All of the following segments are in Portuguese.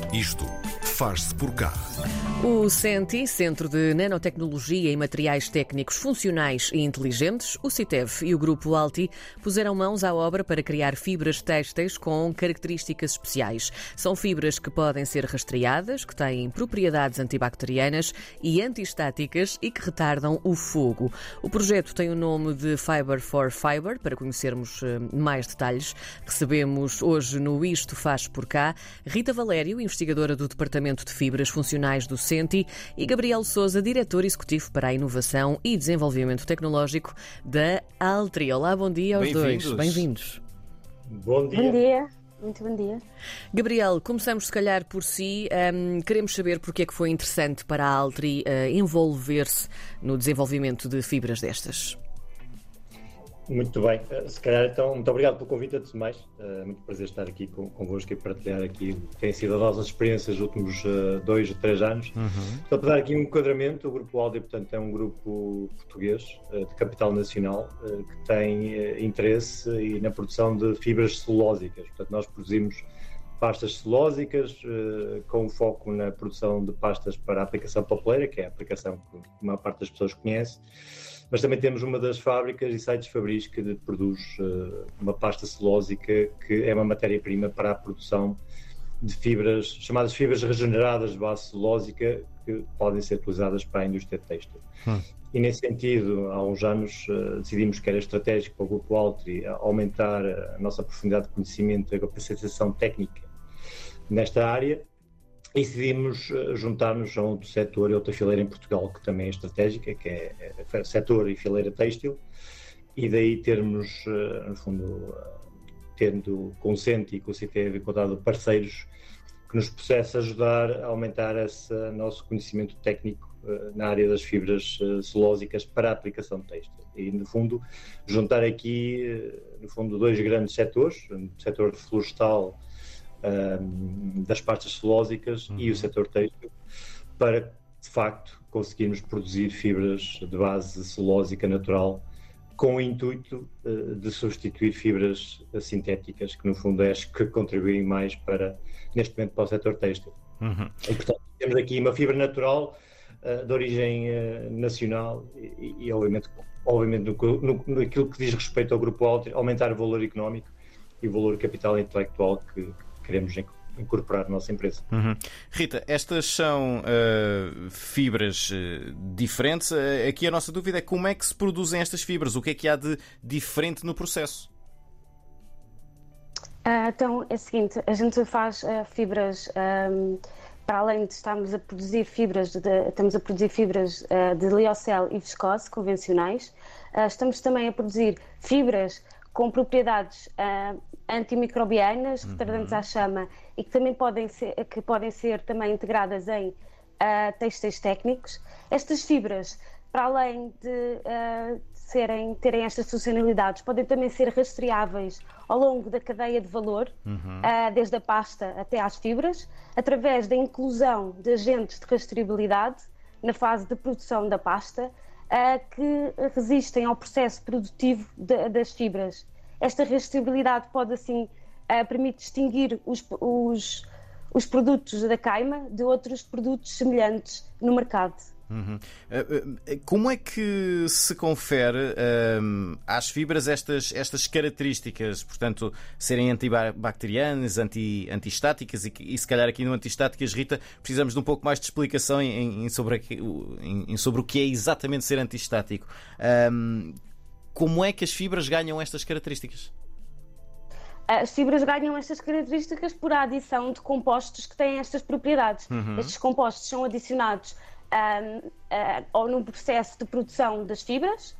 Isto faz-se por cá. O CENTI, Centro de Nanotecnologia e Materiais Técnicos Funcionais e Inteligentes, o CITEV e o Grupo Alti puseram mãos à obra para criar fibras têxteis com características especiais. São fibras que podem ser rastreadas, que têm propriedades antibacterianas e antiestáticas e que retardam o fogo. O projeto tem o nome de Fiber for Fiber. Para conhecermos mais detalhes, recebemos hoje no Isto Faz Por Cá Rita Valério, investigadora do Departamento de Fibras Funcionais do CENTI, e Gabriel Sousa, diretor executivo para a inovação e desenvolvimento tecnológico da Altri. Olá, bom dia aos dois. Bem-vindos. Bom dia. Bom dia. Muito bom dia. Gabriel, começamos se calhar por si. Queremos saber porque é que foi interessante para a Altri envolver-se no desenvolvimento de fibras destas. Muito bem. Se calhar, então, muito obrigado pelo convite, antes de mais. Muito prazer estar aqui convosco e partilhar aqui o que tem sido as nossas experiências nos últimos 2 ou 3 anos. Só para dar aqui um enquadramento, o Grupo Aldi, portanto, é um grupo português de capital nacional que tem interesse na produção de fibras celulósicas. Portanto, nós produzimos pastas celulósicas com foco na produção de pastas para a aplicação papeleira, que é a aplicação que a maior parte das pessoas conhece. Mas também temos uma das fábricas e sites fabris que produz uma pasta celulósica que é uma matéria-prima para a produção de fibras, chamadas fibras regeneradas de base celulósica, que podem ser utilizadas para a indústria têxtil. E nesse sentido, há uns anos, decidimos que era estratégico para o Grupo Altri aumentar a nossa profundidade de conhecimento e a capacitação técnica nesta área. E decidimos juntar-nos a outro setor e outra fileira em Portugal que também é estratégica, que é o setor e fileira têxtil, e daí termos, no fundo, tendo com o CENTI e com o CITEV encontrado parceiros que nos pudessem ajudar a aumentar esse nosso conhecimento técnico na área das fibras celulósicas para a aplicação têxtil. E, no fundo, juntar aqui, no fundo, 2 grandes setores, o setor florestal, das pastas celulósicas e o setor têxtil, para de facto conseguirmos produzir fibras de base celulósica natural com o intuito de substituir fibras sintéticas que no fundo é as que contribuem mais para, neste momento, para o setor têxtil. E, portanto, temos aqui uma fibra natural de origem nacional e obviamente naquilo que diz respeito ao Grupo Altri, aumentar o valor económico e o valor capital intelectual que queremos incorporar na nossa empresa. Rita, estas são fibras diferentes. Aqui a nossa dúvida é como é que se produzem estas fibras? O que é que há de diferente no processo? Então, é o seguinte, a gente faz fibras, para além de estarmos a produzir fibras, estamos a produzir fibras de liocel e viscose convencionais, estamos também a produzir fibras com propriedades antimicrobianas, retardantes à chama, e que também podem ser também integradas em têxteis técnicos. Estas fibras, para além de terem estas funcionalidades, podem também ser rastreáveis ao longo da cadeia de valor, desde a pasta até às fibras, através da inclusão de agentes de rastreabilidade na fase de produção da pasta, que resistem ao processo produtivo das fibras. Esta rastreabilidade pode, assim, permite distinguir os produtos da queima de outros produtos semelhantes no mercado. Como é que se confere às fibras estas características, portanto, serem antibacterianas, antiestáticas e se calhar aqui no antiestáticas, Rita, precisamos de um pouco mais de explicação sobre o que é exatamente ser antiestático. Como é que as fibras ganham estas características? As fibras ganham estas características por a adição de compostos que têm estas propriedades. Estes compostos são adicionados ou no processo de produção das fibras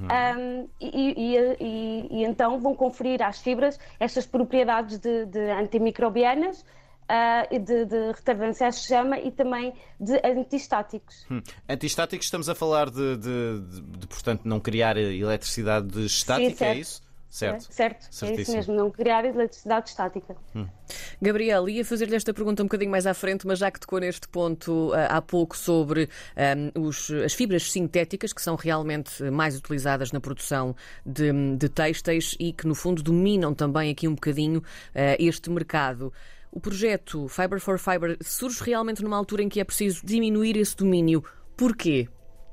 e então vão conferir às fibras estas propriedades de antimicrobianas, de retardância à chama e também de antiestáticos. Antiestáticos, estamos a falar de portanto, não criar eletricidade estática. Sim, é isso? Certo. É isso mesmo, não criar eletricidade estática. Gabriel, ia fazer-lhe esta pergunta um bocadinho mais à frente, mas já que tocou neste ponto há pouco sobre as fibras sintéticas, que são realmente mais utilizadas na produção de têxteis e que no fundo dominam também aqui um bocadinho este mercado. O projeto Fiber for Fiber surge realmente numa altura em que é preciso diminuir esse domínio. Porquê?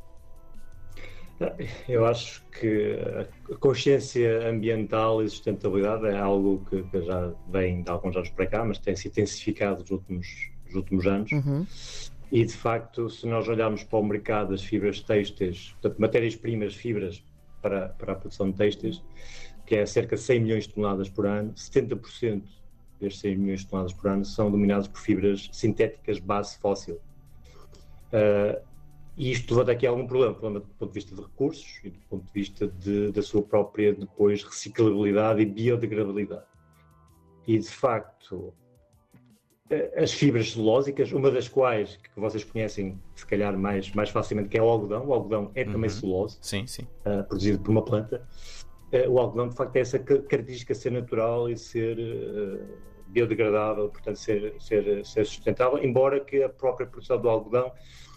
Eu acho que a consciência ambiental e sustentabilidade é algo que já vem de alguns anos para cá, mas tem se intensificado nos últimos anos. E, de facto, se nós olharmos para o mercado das fibras têxteis, portanto, matérias-primas, fibras para a produção de têxteis, que é cerca de 100 milhões de toneladas por ano, 70% destes 100 milhões de toneladas por ano são dominados por fibras sintéticas base fóssil. E isto levanta aqui algum problema do ponto de vista de recursos e do ponto de vista da sua própria depois reciclabilidade e biodegradabilidade. E, de facto, as fibras celulósicas, uma das quais que vocês conhecem se calhar mais facilmente, que é o algodão é também celulose, sim. Produzido por uma planta. O algodão, de facto, tem essa característica de ser natural e ser biodegradável, portanto ser sustentável, embora que a própria produção do algodão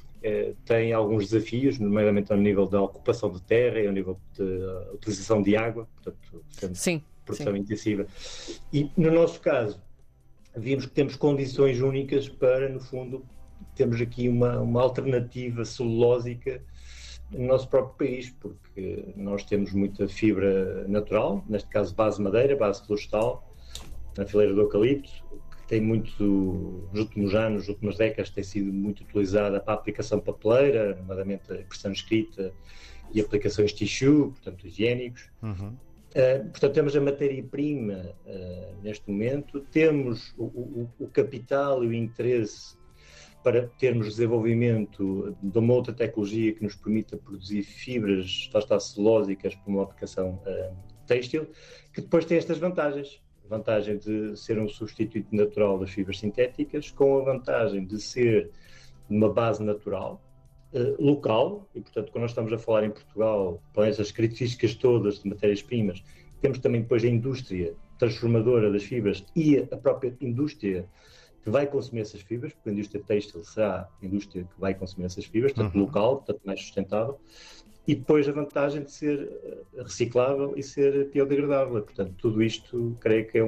tem alguns desafios, nomeadamente ao nível da ocupação de terra e ao nível da utilização de água, portanto, sendo produção intensiva. E, no nosso caso, vimos que temos condições únicas para, no fundo, termos aqui uma alternativa celulósica no nosso próprio país, porque nós temos muita fibra natural, neste caso base madeira, base florestal, na fileira do eucalipto, que tem muito, nos últimos anos, nas últimas décadas, tem sido muito utilizada para a aplicação papeleira, nomeadamente a impressão escrita e aplicações tissue, portanto higiênicos. Portanto, temos a matéria-prima neste momento, temos o capital e o interesse para termos desenvolvimento de uma outra tecnologia que nos permita produzir fibras celulósicas para uma aplicação têxtil, que depois tem estas vantagens. A vantagem de ser um substituto natural das fibras sintéticas, com a vantagem de ser uma base natural, local, e portanto quando nós estamos a falar em Portugal, com essas características todas de matérias-primas, temos também depois a indústria transformadora das fibras e a própria indústria que vai consumir essas fibras, porque a indústria têxtil será a indústria que vai consumir essas fibras, portanto local, portanto mais sustentável, e depois a vantagem de ser reciclável e ser biodegradável. Portanto, tudo isto creio que é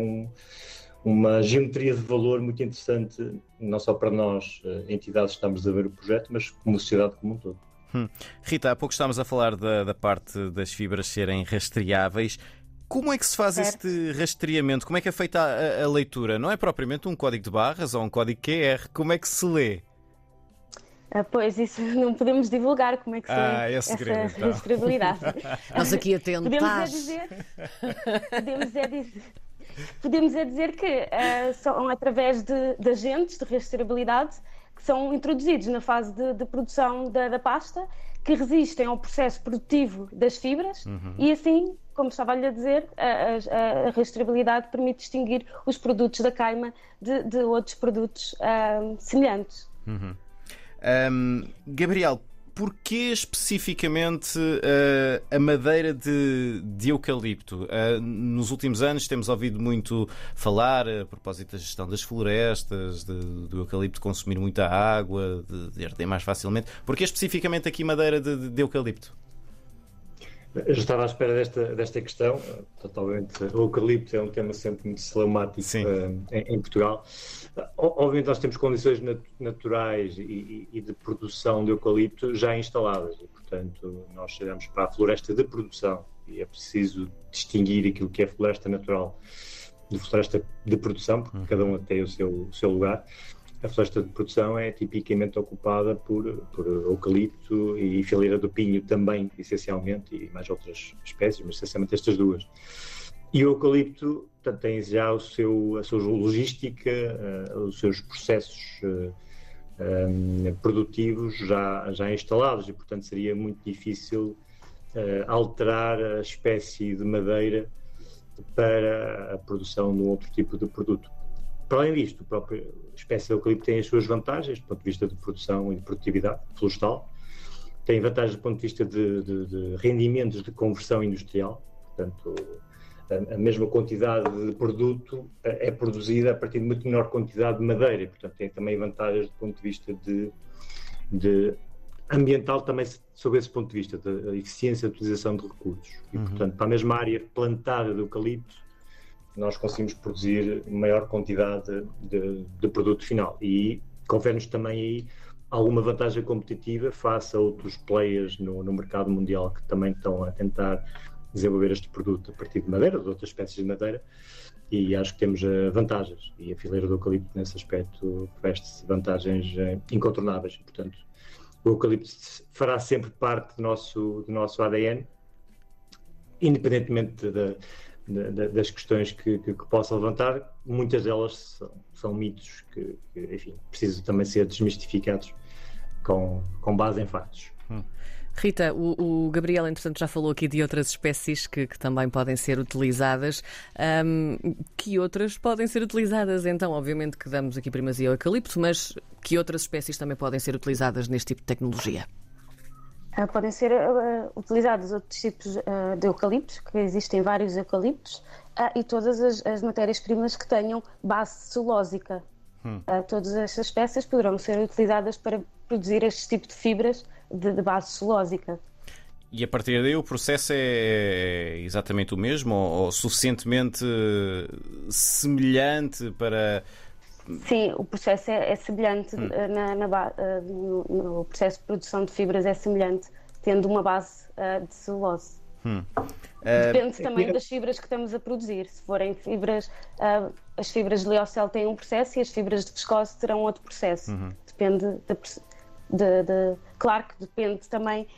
uma geometria de valor muito interessante, não só para nós, entidades que estamos a ver o projeto, mas como sociedade como um todo. Rita, há pouco estávamos a falar da parte das fibras serem rastreáveis. Como é que se faz este rastreamento? Como é que é feita a leitura? Não é propriamente um código de barras ou um código QR. Como é que se lê? Pois, isso não podemos divulgar como é que se lê é segredo, essa rastreabilidade. Nós aqui a tentar. Podemos dizer que são através de agentes de rastreabilidade que são introduzidos na fase de produção da pasta, que resistem ao processo produtivo das fibras e assim, como estava-lhe a dizer, a rastreabilidade permite distinguir os produtos da queima de outros produtos semelhantes. Gabriel, porquê especificamente a madeira de eucalipto? Nos últimos anos temos ouvido muito falar a propósito da gestão das florestas, do eucalipto consumir muita água, de arder mais facilmente. Porquê especificamente aqui madeira de eucalipto? Eu já estava à espera desta questão. Totalmente, o eucalipto é um tema sempre muito celemático em Portugal. Obviamente nós temos condições naturais e de produção de eucalipto já instaladas e, portanto, nós chegamos para a floresta de produção e é preciso distinguir aquilo que é floresta natural de floresta de produção, porque cada uma tem o seu lugar. A floresta de produção é tipicamente ocupada por eucalipto e fileira do pinho também, essencialmente, e mais outras espécies, mas essencialmente estas duas. E o eucalipto tem já a sua logística, os seus processos produtivos já instalados e, portanto, seria muito difícil alterar a espécie de madeira para a produção de um outro tipo de produto. Para além disto, a própria espécie de eucalipto tem as suas vantagens do ponto de vista de produção e de produtividade florestal, tem vantagens do ponto de vista de rendimentos de conversão industrial, portanto, a mesma quantidade de produto é produzida a partir de muito menor quantidade de madeira, e, portanto, tem também vantagens do ponto de vista de ambiental também sob esse ponto de vista, da eficiência de utilização de recursos. E, portanto, para a mesma área plantada de eucalipto, nós conseguimos produzir maior quantidade de produto final. E confere-nos também aí alguma vantagem competitiva face a outros players no mercado mundial que também estão a tentar desenvolver este produto a partir de madeira, de outras espécies de madeira, e acho que temos vantagens. E a fileira do eucalipto, nesse aspecto, veste vantagens incontornáveis. Portanto, o eucalipto fará sempre parte do nosso ADN, independentemente das questões que possa levantar. Muitas delas são mitos que, enfim, precisam também ser desmistificados com base em factos. Rita, o Gabriel, entretanto, já falou aqui de outras espécies que também podem ser utilizadas. Que outras podem ser utilizadas, então? Obviamente que damos aqui primazia ao eucalipto, mas que outras espécies também podem ser utilizadas neste tipo de tecnologia? Podem ser utilizados outros tipos de eucaliptos, que existem vários eucaliptos, e todas as matérias-primas que tenham base celulósica. Todas estas espécies poderão ser utilizadas para produzir este tipo de fibras de base celulósica. E a partir daí o processo é exatamente o mesmo ou suficientemente semelhante para... Sim, o processo é semelhante, no processo de produção de fibras é semelhante, tendo uma base de celulose. Depende também das fibras que estamos a produzir. Se forem fibras, as fibras de Lyocell têm um processo e as fibras de viscose terão outro processo. Depende claro que depende também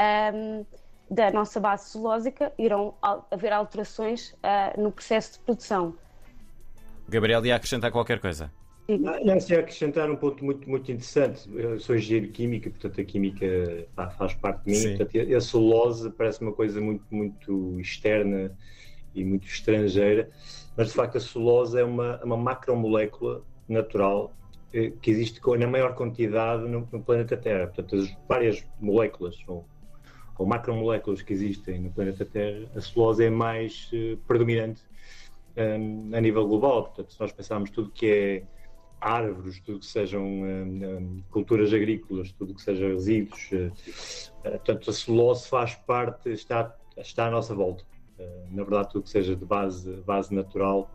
da nossa base celulósica, irão haver alterações no processo de produção. Gabriel, ia acrescentar qualquer coisa? Não, se acrescentar um ponto muito, muito interessante. Eu sou engenheiro químico, portanto a química faz parte de mim. Portanto, a celulose parece uma coisa muito, muito externa e muito estrangeira, mas de facto a celulose é uma macromolécula natural que existe na maior quantidade no planeta Terra. Portanto, as várias moléculas ou macromoléculas que existem no planeta Terra, a celulose é mais predominante a nível global. Portanto, se nós pensarmos tudo que é árvores, tudo que sejam culturas agrícolas, tudo que seja resíduos, portanto, a celulose faz parte, está à nossa volta. Na verdade, tudo que seja de base natural,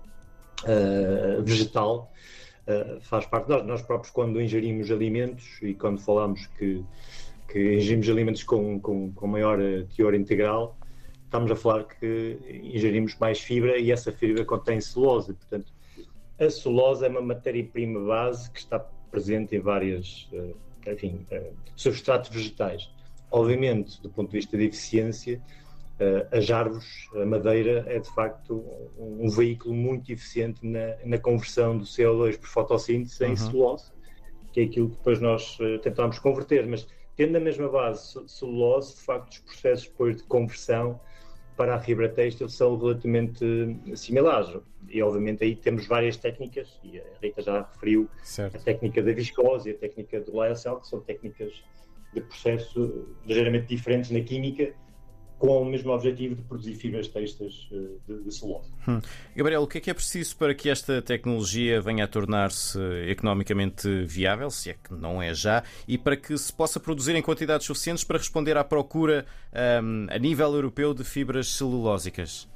vegetal, faz parte de nós. Nós próprios, quando ingerimos alimentos e quando falamos que ingerimos alimentos com maior teor integral, estamos a falar que ingerimos mais fibra e essa fibra contém celulose. Portanto, a celulose é uma matéria-prima base que está presente em vários substratos vegetais. Obviamente, do ponto de vista de eficiência, as árvores, a madeira, é de facto um veículo muito eficiente na conversão do CO2 por fotossíntese em celulose, que é aquilo que depois nós tentamos converter. Mas tendo a mesma base celulose, de facto, os processos depois de conversão para a fibra têxtil são relativamente similares. E, obviamente, aí temos várias técnicas, e a Rita já referiu a técnica da viscose e a técnica do Lyocell, que são técnicas de processo ligeiramente diferentes na química, com o mesmo objetivo de produzir fibras têxteis de celulose. Gabriel, o que é preciso para que esta tecnologia venha a tornar-se economicamente viável, se é que não é já, e para que se possa produzir em quantidades suficientes para responder à procura a nível europeu de fibras celulósicas?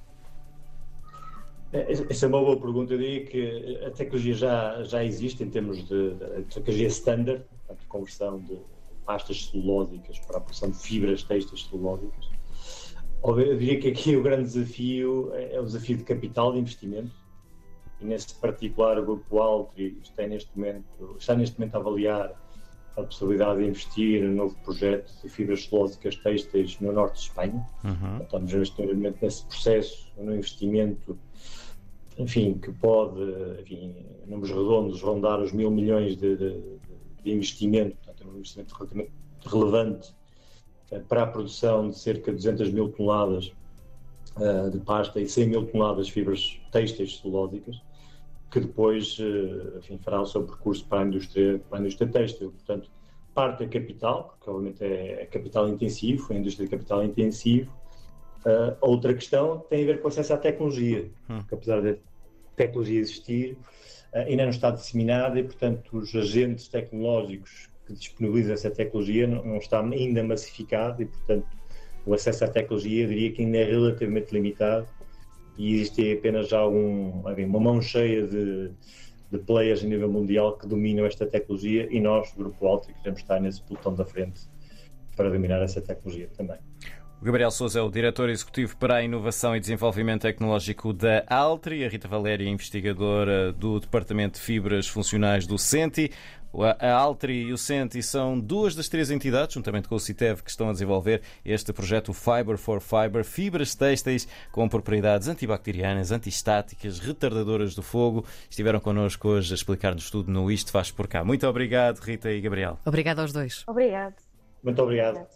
Essa é uma boa pergunta. Eu diria que a tecnologia já existe em termos de tecnologia standard, portanto, conversão de pastas celulósicas para a produção de fibras têxteis celulósicas. Eu diria que aqui o grande desafio é o desafio de capital de investimento, e nesse particular o Grupo Altri está neste momento a avaliar a possibilidade de investir num novo projeto de fibras celulósicas têxteis no norte de Espanha. Estamos neste momento nesse processo, no investimento, enfim, que pode, em números redondos, rondar os 1.000 milhões de investimento. Portanto, é um investimento relativamente relevante para a produção de cerca de 200 mil toneladas de pasta e 100 mil toneladas de fibras têxteis celulósicas, que depois, fará o seu percurso para a indústria têxtil. Portanto, parte é capital, que obviamente é capital intensivo, é a indústria de capital intensivo. Outra questão tem a ver com o acesso à tecnologia, que apesar da tecnologia existir, ainda não está disseminada e, portanto, os agentes tecnológicos que disponibilizam essa tecnologia não está ainda massificado e, portanto, o acesso à tecnologia, eu diria que ainda é relativamente limitado e existe apenas já uma mão cheia de players a nível mundial que dominam esta tecnologia, e nós, Grupo Altri, queremos estar nesse pelotão da frente para dominar essa tecnologia também. O Gabriel Sousa é o diretor executivo para a inovação e desenvolvimento tecnológico da Altri, a Rita Valéria, investigadora do Departamento de Fibras Funcionais do CENTI. A Altri e o CENTI são duas das três entidades, juntamente com o CITEV, que estão a desenvolver este projeto Fiber for Fiber, fibras têxteis com propriedades antibacterianas, antistáticas, retardadoras do fogo. Estiveram connosco hoje a explicar-nos tudo no Isto Faz Por Cá. Muito obrigado, Rita e Gabriel. Obrigado aos dois. Obrigado. Muito obrigado.